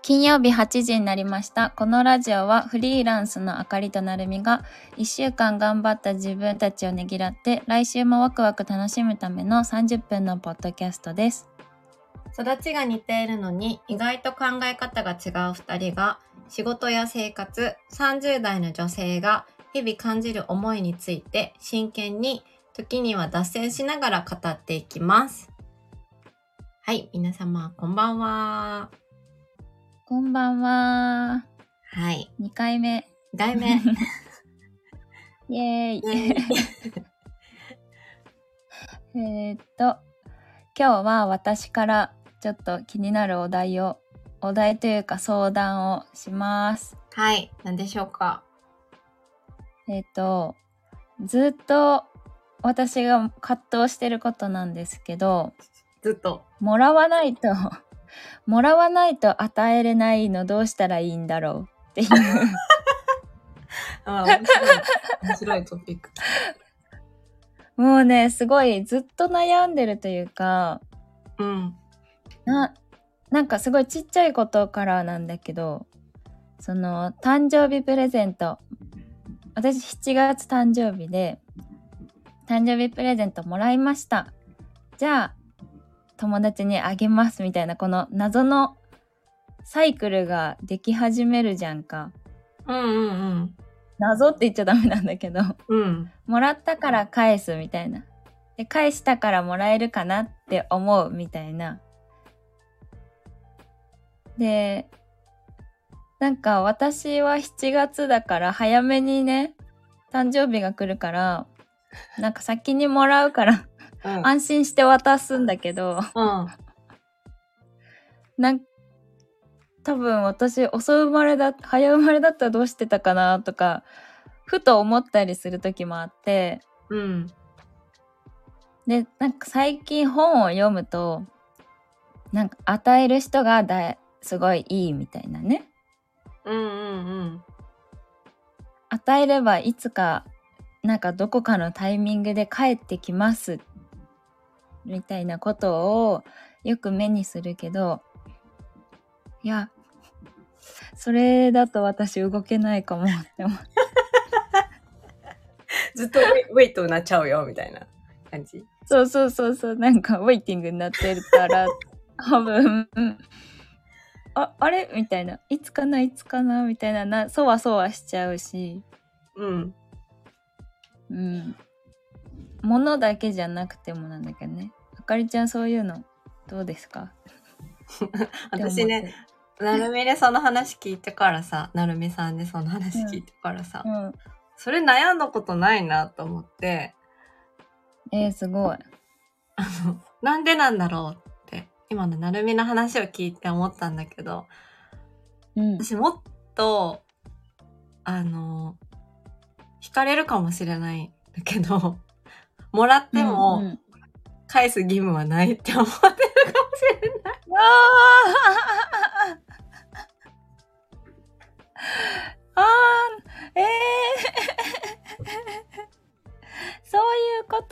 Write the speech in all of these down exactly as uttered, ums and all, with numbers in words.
金曜日はちじになりました。このラジオはフリーランスのあかりとなるみがいっしゅうかん頑張った自分たちをねぎらって来週もワクワク楽しむためのさんじゅっぷんのポッドキャストです。 育ちが似ているのに意外と考え方が違うふたりが仕事や生活、さんじゅう代の女性が日々感じる思いについて真剣に時には脱線しながら語っていきます。はい、皆様こんばんは。 こんばんは。 はい。 にかいめ。 にかいめ。 イエーイ。えーっと、今日は私からちょっと気になるお題を、お題というか相談をします。 はい、何でしょうか。 えーっと、ずっと私が葛藤してることなんですけど、 ずっと。 もらわないと、もらわないと与えれないのどうしたらいいんだろうっていうあ、面白い面白いトピック。 もうねすごいずっと悩んでるというか、 うんななんかすごいちっちゃいことからなんだけど、その誕生日プレゼント、私しちがつ誕生日で誕生日プレゼントもらいました。じゃあ友達にあげますみたいな、この謎のサイクルができ始めるじゃんか。 うんうんうん。 謎って言っちゃダメなんだけど、 うん、 もらったから返すみたいな。で、返したからもらえるかなって思うみたいな。で、なんか私はしちがつだから早めにね、誕生日が来るから、なんか先にもらうから、うん、安心して渡すんだけど、 うん、 なん多分私遅生まれだ早生まれだったらどうしてたかなとかふと思ったりする時もあって、 うん、 でなんか最近本を読むとなんか与える人がだすごいいいみたいなね、 うんうんうん、 与えればいつかなんかどこかのタイミングで帰ってきますみたいなことをよく目にするけど、いやそれだと私動けないかもって思うずっとウェイトになっちゃうよみたいな感じ。 そうそうそうそう、なんかウェイティングになってるから多分ああれみたいな、いつかないつかなみたいな、なそわそわしちゃうし、 うんうん物だけじゃなくてもなんだけどね。あかりちゃんそういうのどうですか？ 私ね、なるみでその話聞いてからさ、なるみさんでその話聞いてからさ、 うんうん、 それ悩んだことないなと思って、 えー、すごい。 あの、なんでなんだろうって、今のなるみの話を聞いて思ったんだけど、 うん、 私もっと、あの、惹かれるかもしれないんだけど、もらっても、うんうん、返す義務はないって思ってるかもしれない。 ああー、えー、そういうこと。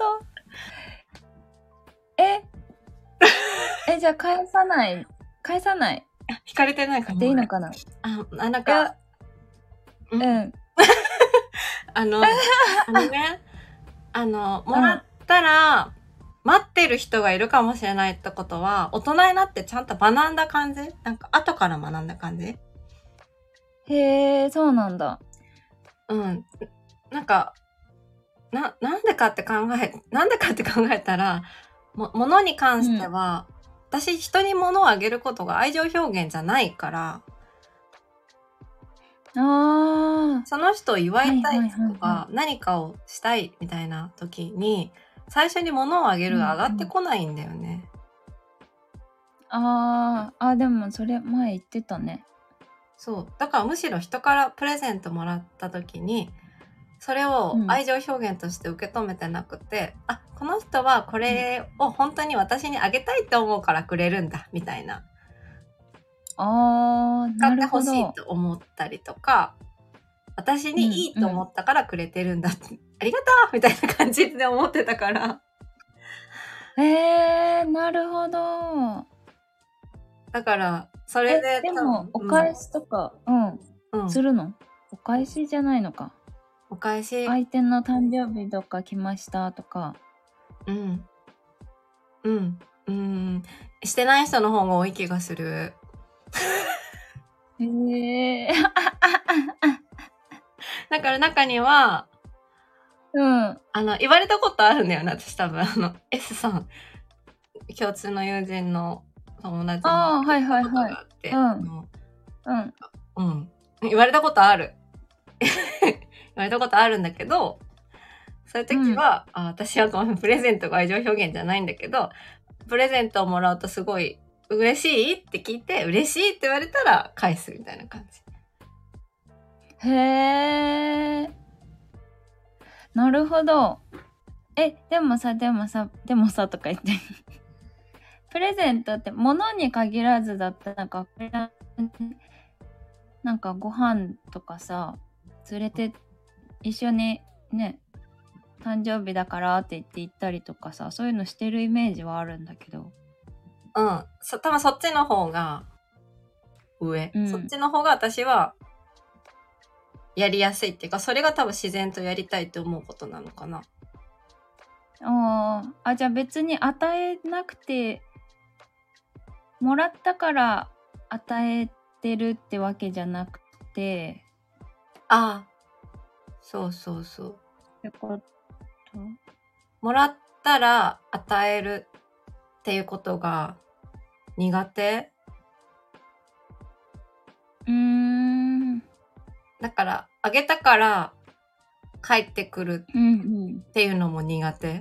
ええ、じゃあ返さない返さない惹かれてないかも。 でいいのかな。 あ、あなんか、 うん。うん、 あの、あのね、あの、もらったら、うん待ってる人がいるかもしれないってことは、大人になってちゃんと学んだ感じ？なんか後から学んだ感じ？ へー、そうなんだ。 うん。なんか、な、なんでかって考え、なんでかって考えたら、も、物に関しては、うん、私人に物をあげることが愛情表現じゃないから、 あその人を祝いたいとか、何かをしたいみたいな時に、最初に物をあげるが上がってこないんだよね。 うんうん、ああ、でもそれ前言ってたね。 そう。だからむしろ人からプレゼントもらった時に、それを愛情表現として受け止めてなくて、うん、あ、この人はこれを本当に私にあげたいって思うからくれるんだ、みたいな。 あー、なるほど。 使ってほしいと思ったりとか、私にいいと思ったからくれてるんだって、うんうん、ありがとうみたいな感じで思ってたから。 えー、なるほど。 だから、 それでえ、でも、お返しとか、うん、 うん、 するの？お返しじゃないのか。 お返し、 相手の誕生日とか来ましたとか。 うん、うん、うん、してない人の方が多い気がする。 へえー。 だから中には、 うん。 あの、言われたことあるんだよね、私多分。あの、S さん、共通の友人の友達にああ、はいはい言われはい。 たことがあって、 うん。 あのうん。 うん。言われたことある。言われたことあるんだけど、そういう時は、うん、あ、私はこのプレゼントが愛情表現じゃないんだけど、プレゼントをもらうとすごい嬉しいって聞いて、嬉しいって言われたら返すみたいな感じ。 へー。なるほど。え、でもさ、でもさ、でもさとか言って。プレゼントって物に限らずだったらなんか、なんかご飯とかさ、連れて一緒にね、誕生日だからって言って行ったりとかさ、そういうのしてるイメージはあるんだけど。 うん。そ、多分そっちの方が上。 うん、 そっちの方が私はやりやすいっていうか、それが多分自然とやりたいと思うことなのかな。 ああ、じゃあ別に与えなくて、もらったから与えてるってわけじゃなくて。 ああ、そうそうそう。 ってこと？ もらったら与えるっていうことが苦手？ うーん。 だから、あげたから帰ってくるっていうのも苦手？うんうん、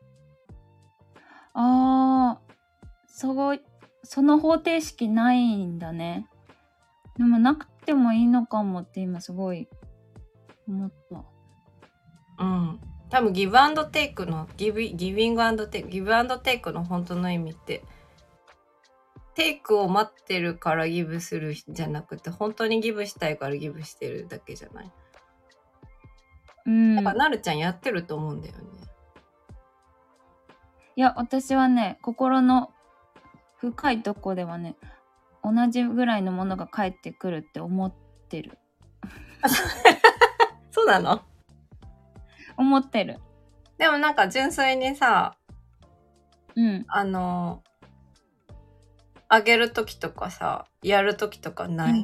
ああ、すごい。その方程式ないんだね。でもなくてもいいのかもって今すごい思った。 うん。多分ギブアンドテイクのギブ、ギビングアンドテイク、ギブアンドテイクの本当の意味って、テイクを待ってるからギブするじゃなくて、本当にギブしたいからギブしてるだけじゃない？ うん。 やっぱなるちゃんやってると思うんだよね。 いや、私はね、心の深いとこではね、同じぐらいのものが返ってくるって思ってる。 そうなの？ 思ってる。 でもなんか純粋にさ、 うん。 あの、あげるときとかさ、やるときとかない？うん、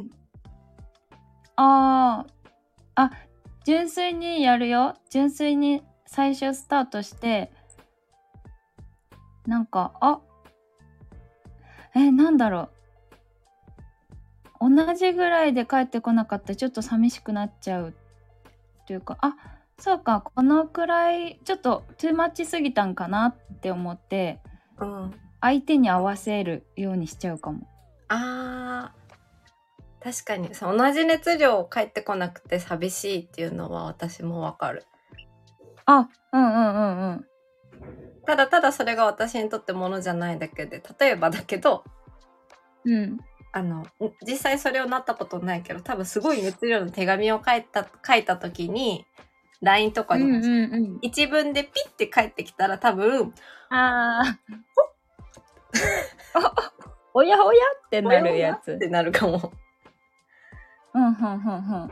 ああ、あ、純粋にやるよ。純粋に最初スタートして、なんか、あ、え、なんだろう。同じぐらいで帰ってこなかったらちょっと寂しくなっちゃうっていうか、あ、そうか、このくらいちょっとトゥーマッチすぎたんかなって思って、うん、相手に合わせるようにしちゃうかも。 あー、確かに同じ熱量返ってこなくて寂しいっていうのは私もわかる。 あ、うんうんうんうん。 ただただそれが私にとってものじゃないだけで、例えばだけど、 うん、 あの実際それをなったことないけど、多分すごい熱量の手紙を書いた書いた時に ライン とかに、うんうんうん、一文でピッて返ってきたら多分、 ああおやおやってなるやつってなるかも。 うんうんうんうん。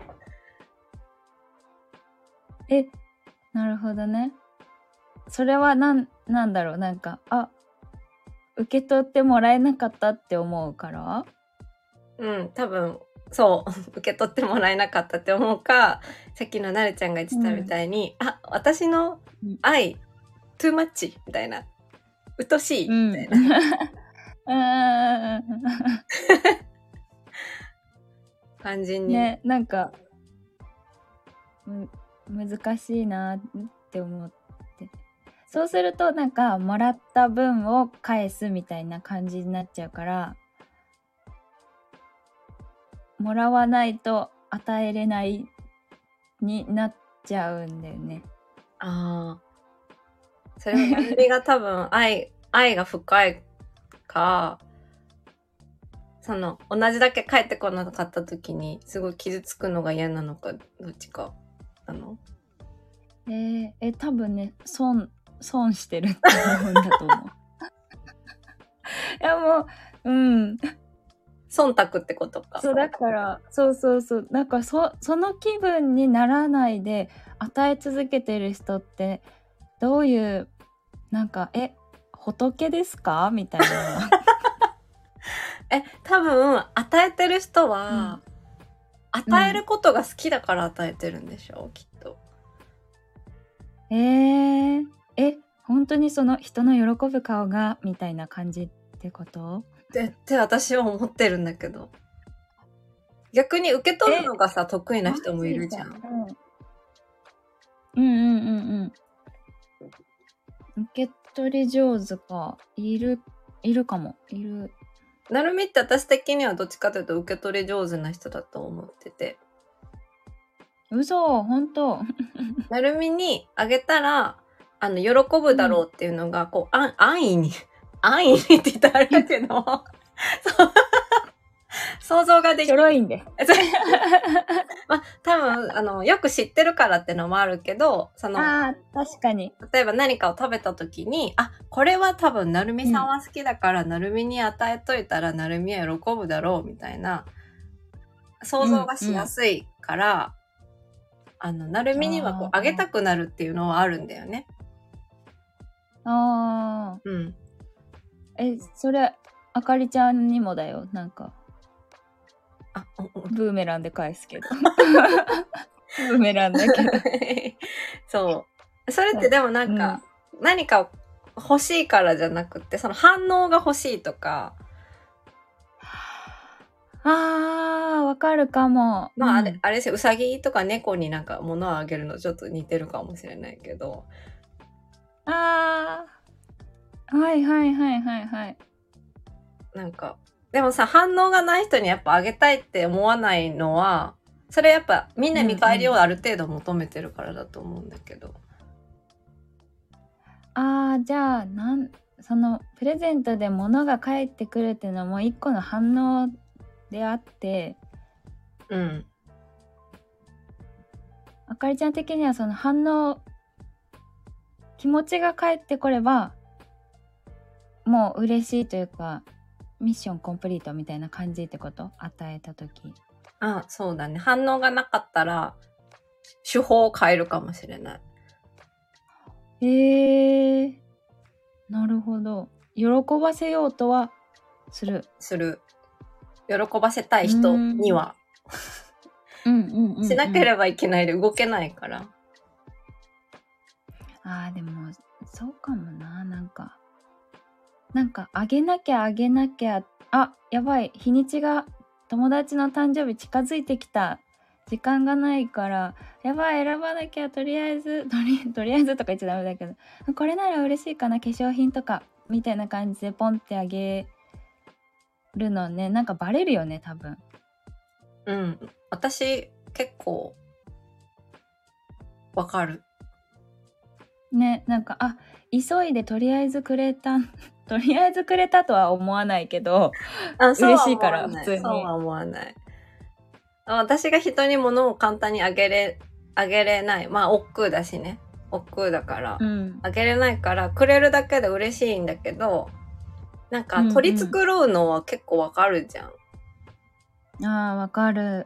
え、なるほどね。それはなんなんだろう、なんか、あ、受け取ってもらえなかったって思うから？うん、 多分そう受け取ってもらえなかったって思うか、さっきのなるちゃんが言ってたみたいに、うん、あ、私の愛、うん、トゥーマッチみたいな、うとしいみたいな、うん、感じにね、なんかむ難しいなって思って、そうするとなんかもらった分を返すみたいな感じになっちゃうから、もらわないと与えれないになっちゃうんだよね。 ああ、それは自分が多分愛愛が深いか、その同じだけ返ってこなかった時にすごい傷つくのが嫌なのか、どっちかなの？ えー、え多分ね、損損してるって思うんだと思う。いやもう、うん。 忖度ってことか。 そうだからそうそうそうなんかそその気分にならないで与え続けてる人ってどういうなんかえ仏ですかみたいなえ多分与えてる人は、うん、与えることが好きだから与えてるんでしょう、きっと。 えー、え本当にその人の喜ぶ顔がみたいな感じってことでって私は思ってるんだけど、逆に受け取るのがさ得意な人もいるじゃん。 うん、うんうんうんうん受け取り上手かいるいるかもいる。 なるみって私的にはどっちかというと受け取り上手な人だと思ってて。 嘘本当なるみにあげたらあの喜ぶだろうっていうのが、うん、こうあ安易に安易にって言ったらあれだけど想像ができる。 ちょろいんでまあ多分あのよく知ってるからってのもあるけど、そのあ確かに例えば何かを食べた時にあこれは多分なるみさんは好きだから、うん、なるみに与えといたらなるみは喜ぶだろうみたいな想像がしやすいから、うんうん、あのなるみにはこうあげたくなるっていうのはあるんだよね。 ああうんえそれあかりちゃんにもだよなんかあブーメランで返すけどブーメランだけどそうそれってでもなんか、うん、何か欲しいからじゃなくてその反応が欲しいとかあーわかるかもまああれ、うん、あれですようさぎとか猫になんか物をあげるのちょっと似てるかもしれないけどあーはいはいはいはいはいなんかでもさ反応がない人にやっぱあげたいって思わないのはそれやっぱみんな見返りをある程度求めてるからだと思うんだけど、 うんうん、あーじゃあなんそのプレゼントで物が返ってくるっていうのも一個の反応であってうんあかりちゃん的にはその反応気持ちが返ってこればもう嬉しいというかミッションコンプリートみたいな感じってこと与えた時あそうだね反応がなかったら手法を変えるかもしれないへえー、なるほど喜ばせようとはするする喜ばせたい人にはうんうんうん、うん、 しなければいけないで動けないからあーでもそうかもななんかなんかあげなきゃあげなきゃあやばい日にちが友達の誕生日近づいてきた時間がないからやばい選ばなきゃとりあえずと り, とりあえずとか言っちゃダメだけどこれなら嬉しいかな化粧品とかみたいな感じでポンってあげるのねなんかバレるよね多分うん私結構わかるねなんかあ急いでとりあえずくれたとりあえずくれたとは思わないけどあ嬉しいから普通にそうは思わない私が人に物を簡単にあげれあげれないまあ億劫だしね億劫だから、うん、あげれないからくれるだけで嬉しいんだけどなんか取り繕うのは結構わかるじゃん、 うんうん、あーわかる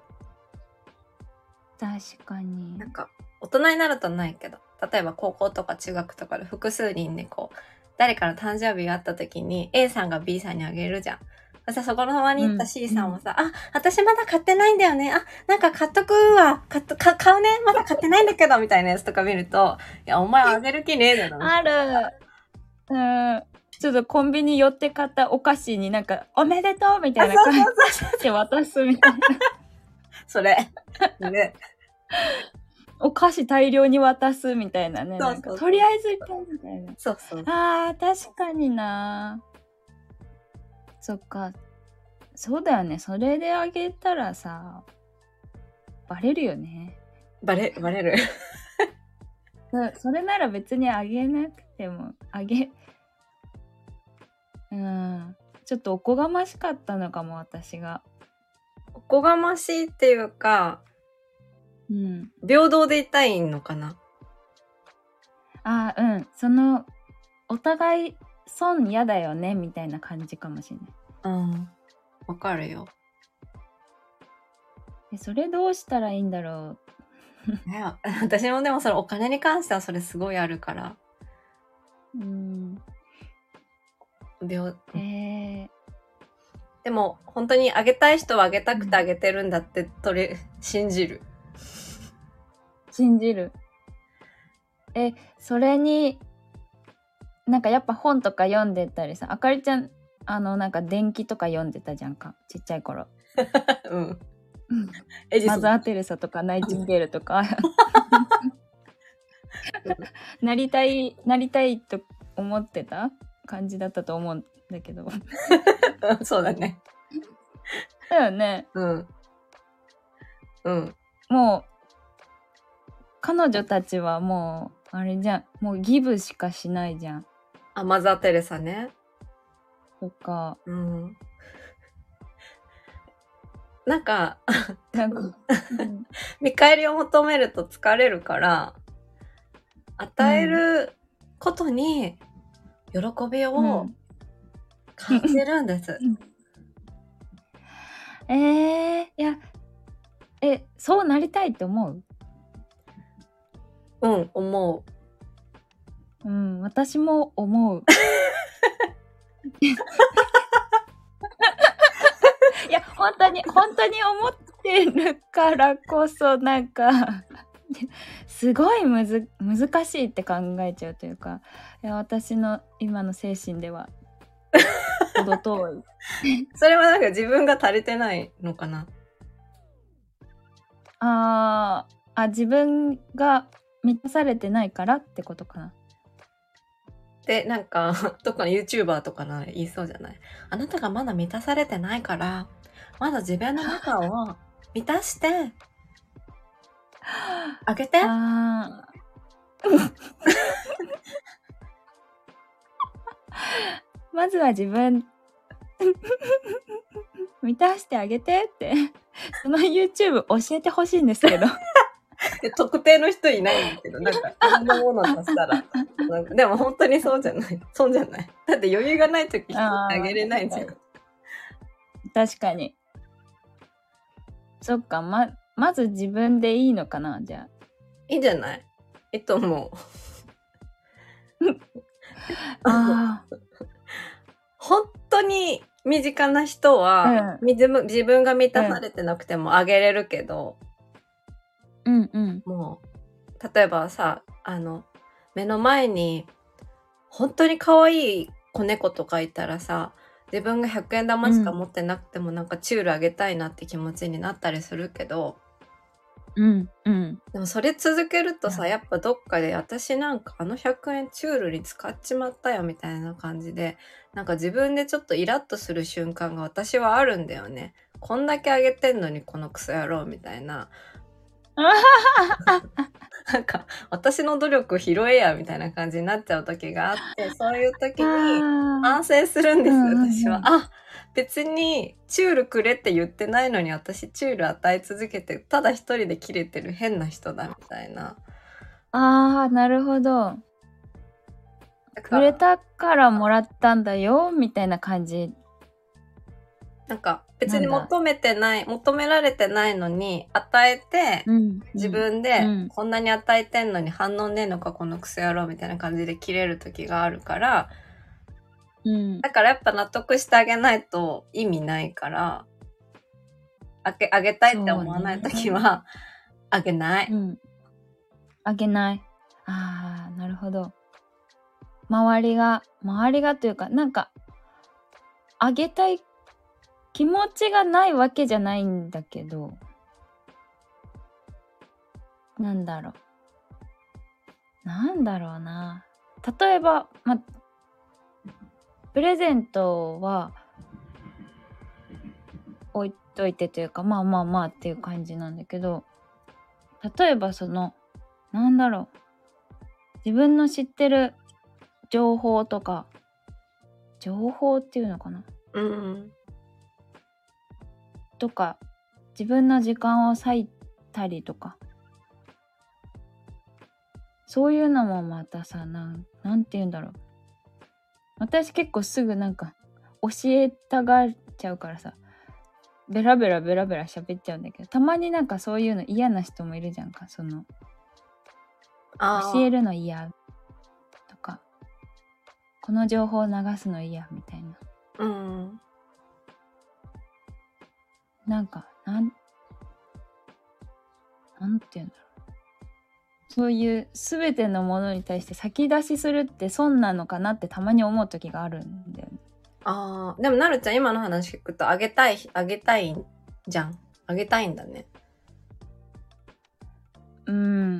確かになんか大人になるとないけど例えば高校とか中学とかで複数人でこう誰かの誕生日があった時に A さんが B さんにあげるじゃんさそこのままに行った C さんもさ、うんうん、あ私まだ買ってないんだよねあなんか買っとくわ買っとか買うねまだ買ってないんだけどみたいなやつとか見るといやお前あげる気ねえだろあるうんちょっとコンビニ寄って買ったお菓子になんかおめでとうみたいな感じで渡すみたいなそれねお菓子大量に渡すみたいなね。 そうそうそうなんかとりあえずいっぱいみたいな。 そうそう。 あー、確かにな。そっか。そうだよね。それであげたらさ、バレるよね。 バレ、バレる。 そ, それなら別にあげなくても、あげ、うん。ちょっとおこがましかったのかも、私が。 おこがましいっていうか、 うん、 平等でいたいのかな。 ああうんそのお互い損嫌だよねみたいな感じかもしれない。 うんわかるよ。 え、それどうしたらいいんだろね、私もでもそれお金に関してはそれすごいあるから。 う。うん。 病へえ。 でも本当にあげたい人はあげたくてあげてるんだってとり信じる。 信じる。え、それになんかやっぱ本とか読んでたりさ、あかりちゃんあのなんか伝記とか読んでたじゃんか、ちっちゃい頃。 うん。 うんエジソン。 マザー・テレサとかナイチンゲールとかなりたいなりたいと思ってた感じだったと思うんだけどそうだね。 だよね。 うんうんもう彼女たちはもうあれじゃん、もうギブしかしないじゃん。 あ、マザー・テレサね。 とかうんなんかなんか、うん、 見返りを求めると疲れるから与えることに喜びを感じるんです、 うんうん、えー、いやえそうなりたいって思う？ うん思う。うん私も思ういや本当に本当に思ってるからこそなんかすごいむず難しいって考えちゃうというか、いや私の今の精神では程遠いそれはなんか自分が足りてないのかな。 あーあ自分が満たされてないからってことかな。 でなんかどっかの YouTuber とかなら言いそうじゃない？あなたがまだ満たされてないからまだ自分の中を満たしてあげて。 あまずは自分満たしてあげてってその YouTube 教えてほしいんですけど特定の人いないんだけど、なんかいろんなものを足したらなんかでも本当にそうじゃないそうじゃないだって余裕がない時人ってあげれないじゃん。 確かに。そっか、ままず自分でいいのかな、じゃあ。 いいんじゃない？いいと思う。 あ本当に身近な人は、 うん自分自分が満たされてなくてもあげれるけど、 うんうんもう例えばさ、あの目の前に本当に可愛い子猫とかいたらさ、自分がひゃくえん玉しか持ってなくてもなんかチュールあげたいなって気持ちになったりするけど、 うんうんでもそれ続けるとさ、やっぱどっかで私なんかあのひゃくえんチュールに使っちまったよみたいな感じで、なんか自分でちょっとイラッとする瞬間が私はあるんだよね。こんだけあげてんのにこのクソ野郎みたいな。なんか私の努力拾えやみたいな感じになっちゃう時があって、そういう時に反省するんです、私は。あ、別にチュールくれって言ってないのに私チュール与え続けてただ一人でキレてる変な人だみたいな。 あーなるほど。くれたからもらったんだよみたいな感じ。 なんか別に求めてない求められてないのに与えて、うん、自分でこんなに与えてんのに反応ねえのかこのクソ野郎みたいな感じで切れる時があるから、うん、だからやっぱ納得してあげないと意味ないからあげ、あげたいって思わない時はあげない、うん、 あげない。あーなるほど。周りが周りがというかなんかあげたい気持ちがないわけじゃないんだけど、なんだろうなんだろうな例えば、ま、プレゼントは置いといてというかまあまあまあっていう感じなんだけど、例えばそのなんだろう自分の知ってる情報とか情報っていうのかな、 うん、 とか自分の時間を割いたりとかそういうのもまたさなん、なんて言うんだろう私結構すぐなんか教えたがっちゃうからさベラベラベラベラ喋っちゃうんだけど、たまになんかそういうの嫌な人もいるじゃんか。そのあ教えるの嫌とか、この情報を流すの嫌みたいな。 うん。 なんかなんなんていうんだろう。そういうすべてのものに対して先出しするって損なのかなってたまに思う時があるんだよね。 ああ、でもなるちゃん今の話聞くとあげたい、あげたいじゃん。あげたいんだね。 うん、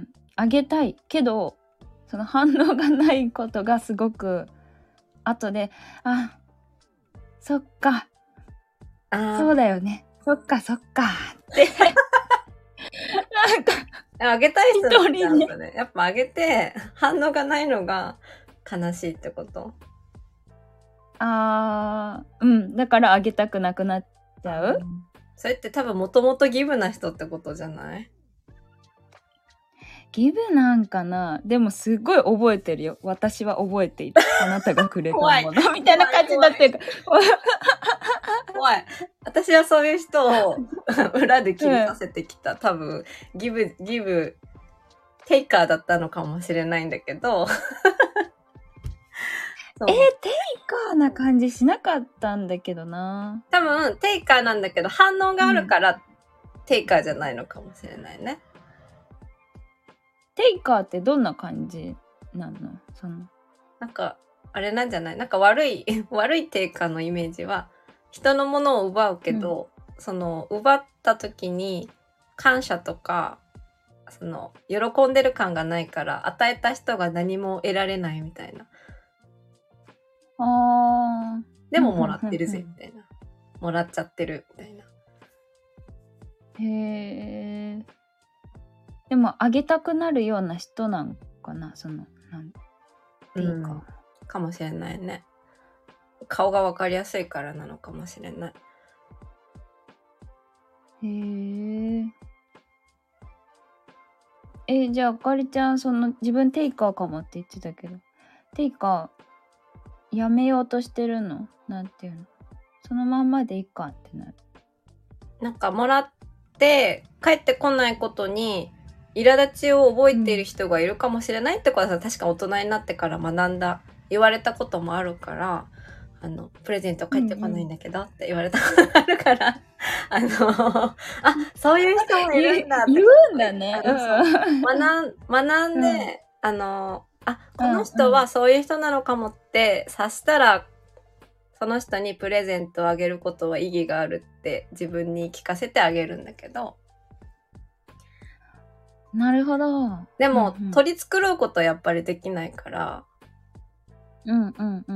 あげたいけど、その反応がないことがすごく後で、あ、そっか、 あそうだよね、そっかそっかってなんかあ、あげたい人なん一人だね。やっぱあげて反応がないのが悲しいってこと？ あー、うん、だからあげたくなくなっちゃう。 それって多分もともとギブな人ってことじゃない？ ギブなんかな。でもすっごい覚えてるよ。私は覚えている。あなたがくれたも怖いのみたいな感じだっていうか。 怖い。私はそういう人を裏で気にさせてきた。多分ギブギブテイカーだったのかもしれないんだけど。 えー、テイカーな感じしなかったんだけどな。 多分テイカーなんだけど反応があるから、うん、テイカーじゃないのかもしれないね。 テイカーってどんな感じなの？そのなんかあれなんじゃない？なんか悪い悪いテイカーのイメージは人のものを奪うけど、うん、その奪った時に感謝とかその喜んでる感がないから与えた人が何も得られないみたいな。 あー、 でももらってるぜみたいな。もらっちゃってるみたいな。 へー。でもあげたくなるような人なんかな、そのなんていうか、 うん、かもしれないね。顔がわかりやすいからなのかもしれない。 へー。え、じゃああかりちゃんその自分テイカーかもって言ってたけど、テイカーやめようとしてるの？なんていうの？そのまんまでいいかってなる。 なんかもらって帰ってこないことに苛立ちを覚えている人がいるかもしれないってことは、うん、確か大人になってから学んだ言われたこともあるから、あのプレゼント帰ってこないんだけどって言われたことがあるから、うんうん、あのあそういう人もいるんだって言うんだね。 学, 学んで、うん、あのあこの人はそういう人なのかもって察したら、その人にプレゼントをあげることは意義があるって自分に聞かせてあげるんだけど。 なるほど。 でも、うんうん、取り繕うことはやっぱりできないから。 うんうんうん。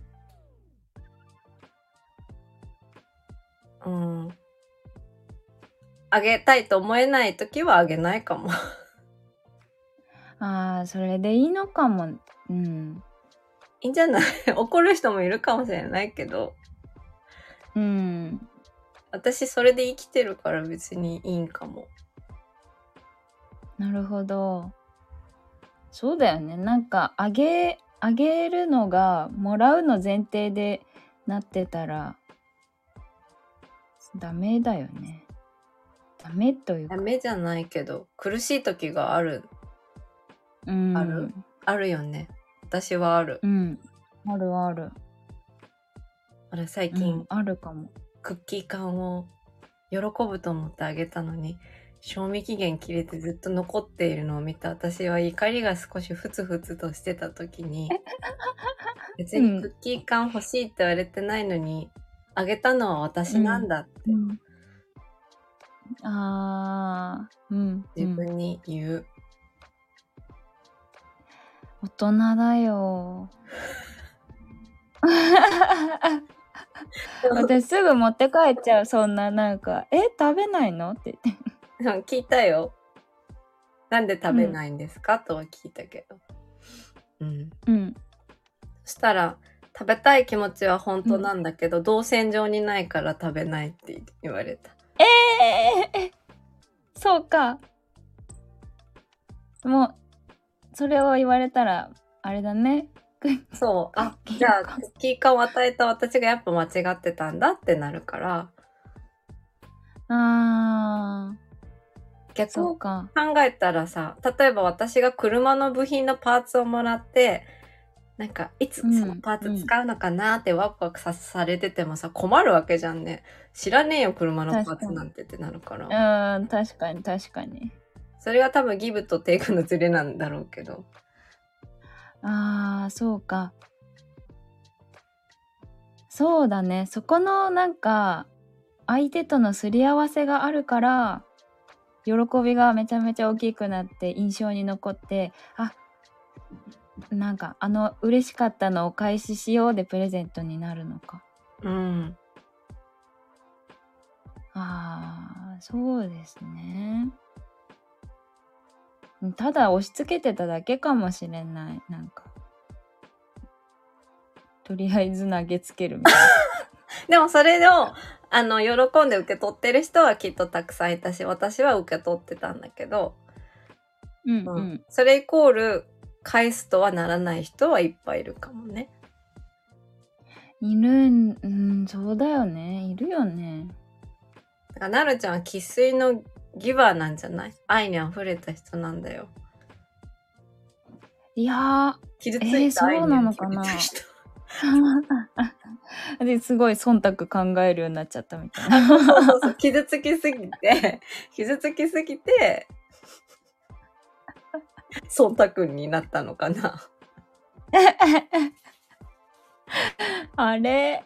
うん。あげたいと思えないときはあげないかも。 ああ、それでいいのかも。うん。 いいんじゃない？怒る人もいるかもしれないけど。 うん。 私それで生きてるから別にいいんかも。 なるほど。そうだよね。なんかあげあげるのがもらうの前提でなってたらダメだよね。ダメというか。 ダメじゃないけど苦しい時がある。 うん。 ある？あるよね。私はある。 うん。あるある。 あれ最近、 うん、あるかも。 クッキー缶を喜ぶと思ってあげたのに賞味期限切れてずっと残っているのを見た私は怒りが少しふつふつとしてた時に別にクッキー缶欲しいって言われてないのに、うん、あげたのは私なんだって、うんうん、 あー、うん、 自分に言う。 大人だよ。私すぐ持って帰っちゃう。そんななんかえ食べないのって言って聞いたよ。なんで食べないんですか、うん、とは聞いたけど、うんうん、 そしたら食べたい気持ちは本当なんだけど、うん、動線上にないから食べないって言われた。 えー、そうか。もうそれを言われたらあれだね。 そう、あ、じゃあクッキー缶を与えた私がやっぱ間違ってたんだってなるから、 あー、 逆を考そうか。 えたらさ、例えば私が車の部品のパーツをもらって、なんかいつそのパーツ使うのかなってワクワクさされててもさ、困るわけじゃんね。知らねえよ車のパーツなんてってなるから。 うん、確かに確かに。 それが多分ギブとテイクのズレなんだろうけど。 ああ、そうか。そうだね。そこのなんか相手とのすり合わせがあるから喜びがめちゃめちゃ大きくなって印象に残って、あ、なんかあの嬉しかったのをお返ししようでプレゼントになるのか。 うん。 ああ、そうですね。ただ押し付けてただけかもしれない。なんかとりあえず投げつけるみたいな。 でもそれをあの喜んで受け取ってる人はきっとたくさんいたし、私は受け取ってたんだけど、 うんうん、 うん、それイコール返すとはならない人はいっぱいいるかもね。 いるん、うん、そうだよね。いるよね。 だからなるちゃんは生粋のギバーなんじゃない？愛に溢れた人なんだよ。 いやー、 傷ついた愛に溢れた人。 ですごい忖度考えるようになっちゃったみたいな。 そうそうそう、傷つきすぎて傷つきすぎて忖度になったのかな。 あれ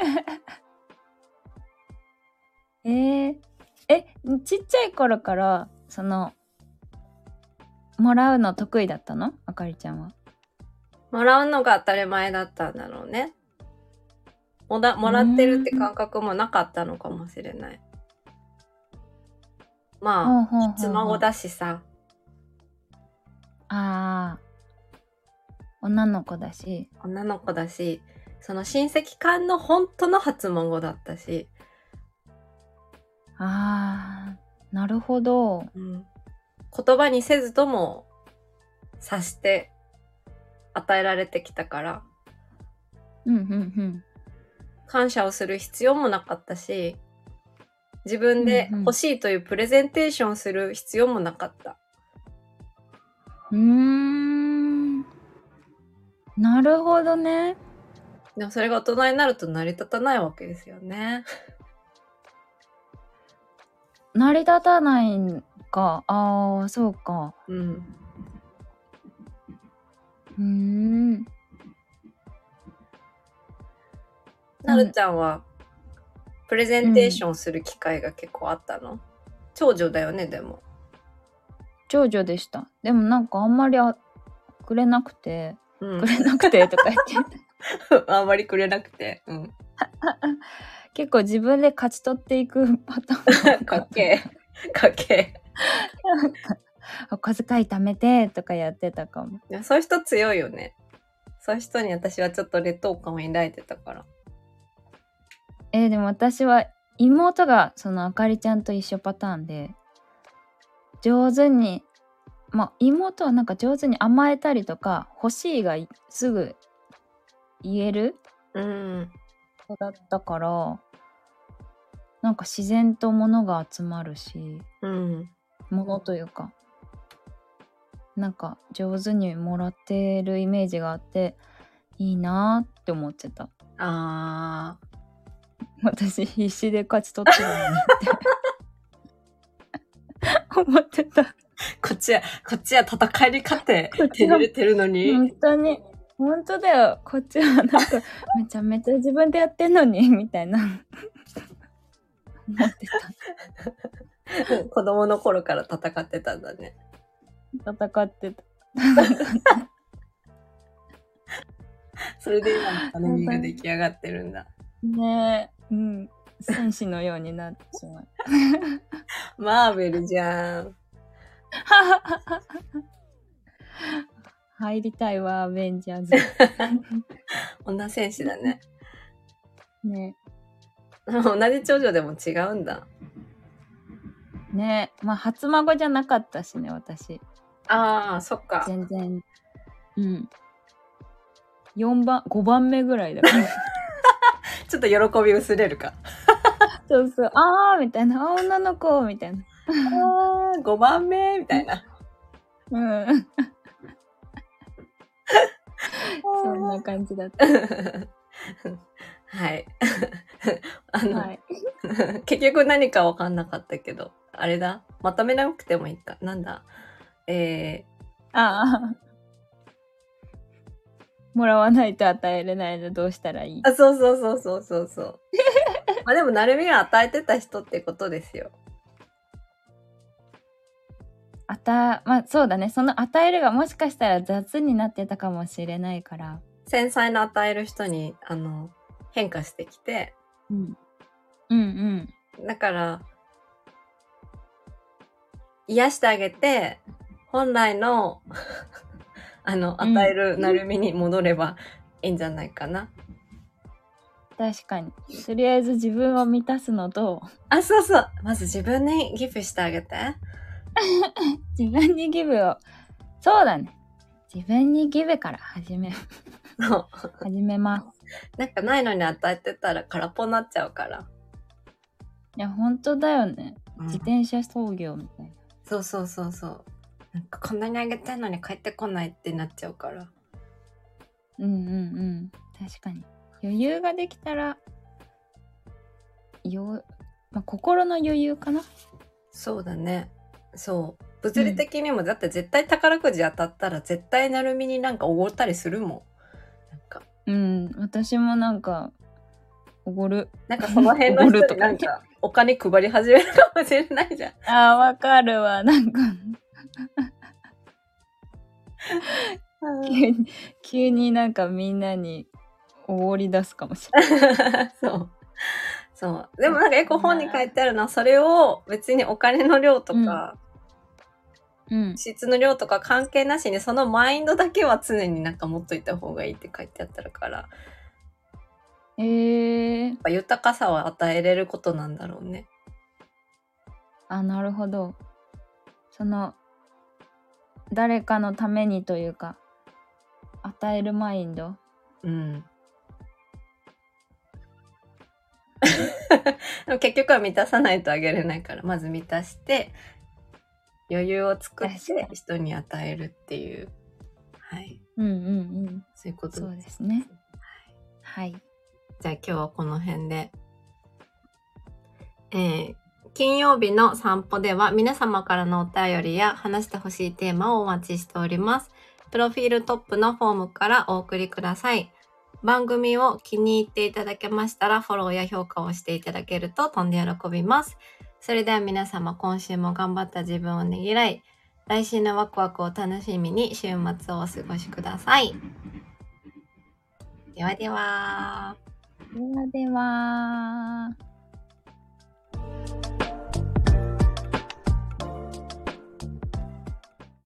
えー、えちっちゃい頃からそのもらうの得意だったの？あかりちゃんは。 もらうのが当たり前だったんだろうね。もだもらってるって感覚もなかったのかもしれない。まあ、ひ孫だしさ。 ああ、女の子だし。 女の子だし、その親戚間の本当の初孫だったし。 ああ、なるほど。 うん、言葉にせずとも察して与えられてきたから。 うんうんうん。 感謝をする必要もなかったし、自分で欲しいというプレゼンテーションする必要もなかった。 うーん、なるほどね。 でもそれが大人になると成り立たないわけですよね。 成り立たないんか。ああ、そうか。 うん。 うーん。 なるちゃんはプレゼンテーションする機会が結構あったの？うん、長女だよね、でも。 長女でした。でもなんかあんまりあくれなくて、うん、くれなくてとか言ってあんまりくれなくて、うん、 結構自分で勝ち取っていくパターンかっけえかっけえお小遣い貯めてとかやってたかも。 いや、そういう人強いよね。そういう人に私はちょっと劣等感を抱いてたから。 えー、でも私は妹がそのあかりちゃんと一緒パターンで、上手に、まあ妹はなんか上手に甘えたりとか欲しいがすぐ言える子だったから、なんか自然と物が集まるし、 うん、 物というかなんか上手にもらってるイメージがあっていいなって思ってた。 あー、 私必死で勝ち取ってるのにって思ってた。 こっちはこっちは戦いに勝って手に入れてるのに。 本当に本当だよ。こっちはなんかめちゃめちゃ自分でやってんのにみたいな思ってた。子供の頃から戦ってたんだね。 戦ってた。 それで今のタネミが出来上がってるんだ。 ねえ、うん。戦士のようになってしまう。 マーベルじゃん。 入りたいわ、アベンジャーズ。 女戦士だね。 ね。 同じ長女でも違うんだ。 ねえ、まあ初孫じゃなかったしね、私。 ああ、そっか。 全然。うん。よんばん、ごばんめぐらいだから。 ちょっと喜び薄れるか。 ちそうそう、あーみたいな、あ、女の子みたいな。 あー、ごばんめみたいな。 うん。そんな感じだった。 はい。あの、 はい。 結局何か分かんなかったけど、あれだ。まとめなくてもいいか。なんだ。えー、ああ。もらわないと与えれないのどうしたらいい？ あ、そうそうそうそうそうそう。まあでも、なるみは与えてた人ってことですよ。 あた、まあそうだね。その与えるがもしかしたら雑になってたかもしれないから。 繊細な与える人に、あの、変化してきて。 うん。うんうん。だから、癒してあげて、本来の、あの、与えるなるみに戻ればいいんじゃないかな。 うん、確かに。とりあえず自分を満たすのと。 あ、そうそう。まず自分にギフしてあげて。 自分にギブを。そうだね。自分にギブから始め。 そう。 始めます。 なんかないのに与えてたら空っぽになっちゃうから。 いや、ほんとだよね。 うん、 自転車操業みたいな。 そうそうそうそう。なんかこんなにあげてんのに帰ってこないってなっちゃうから。 うんうんうん。確かに。余裕ができたら、よ、まあ、心の余裕かな。 そうだね。そう。物理的にも、うん、だって絶対宝くじ当たったら絶対なるみになんかおごったりするもん。なんか。 うん、私もなんか、おごる。 なんかその辺の人になんかお金配り始めるかもしれないじゃん。 あー、わかるわ。なんか急に、急になんかみんなにおごり出すかもしれない。 そう。そう。でもなんかエコ本に書いてあるのは、それを別にお金の量とか、うん、質の量とか関係なしに、そのマインドだけは常になんか持っといた方がいいって書いてあったから。 えー、 やっぱ豊かさを与えれることなんだろうね。 あ、なるほど。その、誰かのためにというか、与えるマインド。 うん。でも結局は満たさないとあげれないから、まず満たして余裕を作って人に与えるっていう、はい。 うんうんうん。 そういうことです。 そうですね。はい。はい、 じゃあ今日はこの辺で、えー、金曜日の散歩では皆様からのお便りや話してほしいテーマをお待ちしております。プロフィールトップのフォームからお送りください。番組を気に入っていただけましたらフォローや評価をしていただけるととんで喜びます。それでは皆様、今週も頑張った自分をねぎらい、来週のワクワクを楽しみに週末をお過ごしください。ではでは。 ではでは。